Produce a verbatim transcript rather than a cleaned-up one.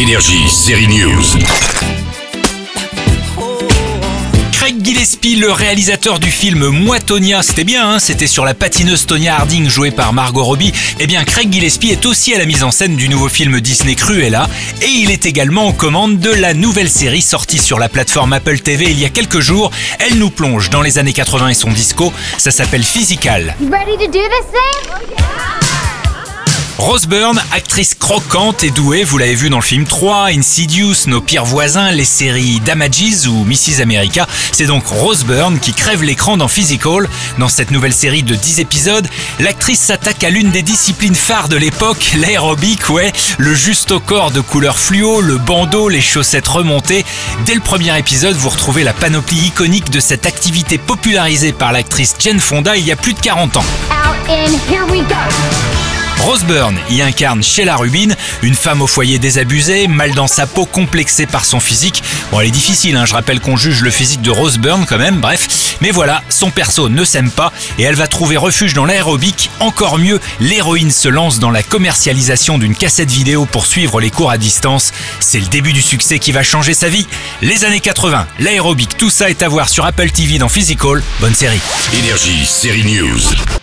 Énergie, série News. Craig Gillespie, le réalisateur du film Moi Tonya, c'était bien, hein, c'était sur la patineuse Tonya Harding jouée par Margot Robbie. Eh bien, Craig Gillespie est aussi à la mise en scène du nouveau film Disney Cruella et il est également aux commandes de la nouvelle série sortie sur la plateforme Apple T V il y a quelques jours. Elle nous plonge dans les années quatre-vingts et son disco. Ça s'appelle Physical. You ready to do this thing? Rose Byrne, actrice croquante et douée, vous l'avez vu dans le film trois, Insidious, Nos pires voisins, les séries Damages ou Missus America. C'est donc Rose Byrne qui crève l'écran dans Physical. Dans cette nouvelle série de dix épisodes, l'actrice s'attaque à l'une des disciplines phares de l'époque, l'aérobic, ouais, le juste au corps de couleur fluo, le bandeau, les chaussettes remontées. Dès le premier épisode, vous retrouvez la panoplie iconique de cette activité popularisée par l'actrice Jane Fonda il y a plus de quarante ans. Out and here we go. Rose Byrne y incarne Sheila Rubin, une femme au foyer désabusée, mal dans sa peau, complexée par son physique. Bon, elle est difficile, hein, je rappelle qu'on juge le physique de Rose Byrne quand même, bref. Mais voilà, son perso ne s'aime pas et elle va trouver refuge dans l'aérobic. Encore mieux, l'héroïne se lance dans la commercialisation d'une cassette vidéo pour suivre les cours à distance. C'est le début du succès qui va changer sa vie. Les années quatre-vingts, l'aérobic, tout ça est à voir sur Apple T V dans Physical. Bonne série. Énergie, série News.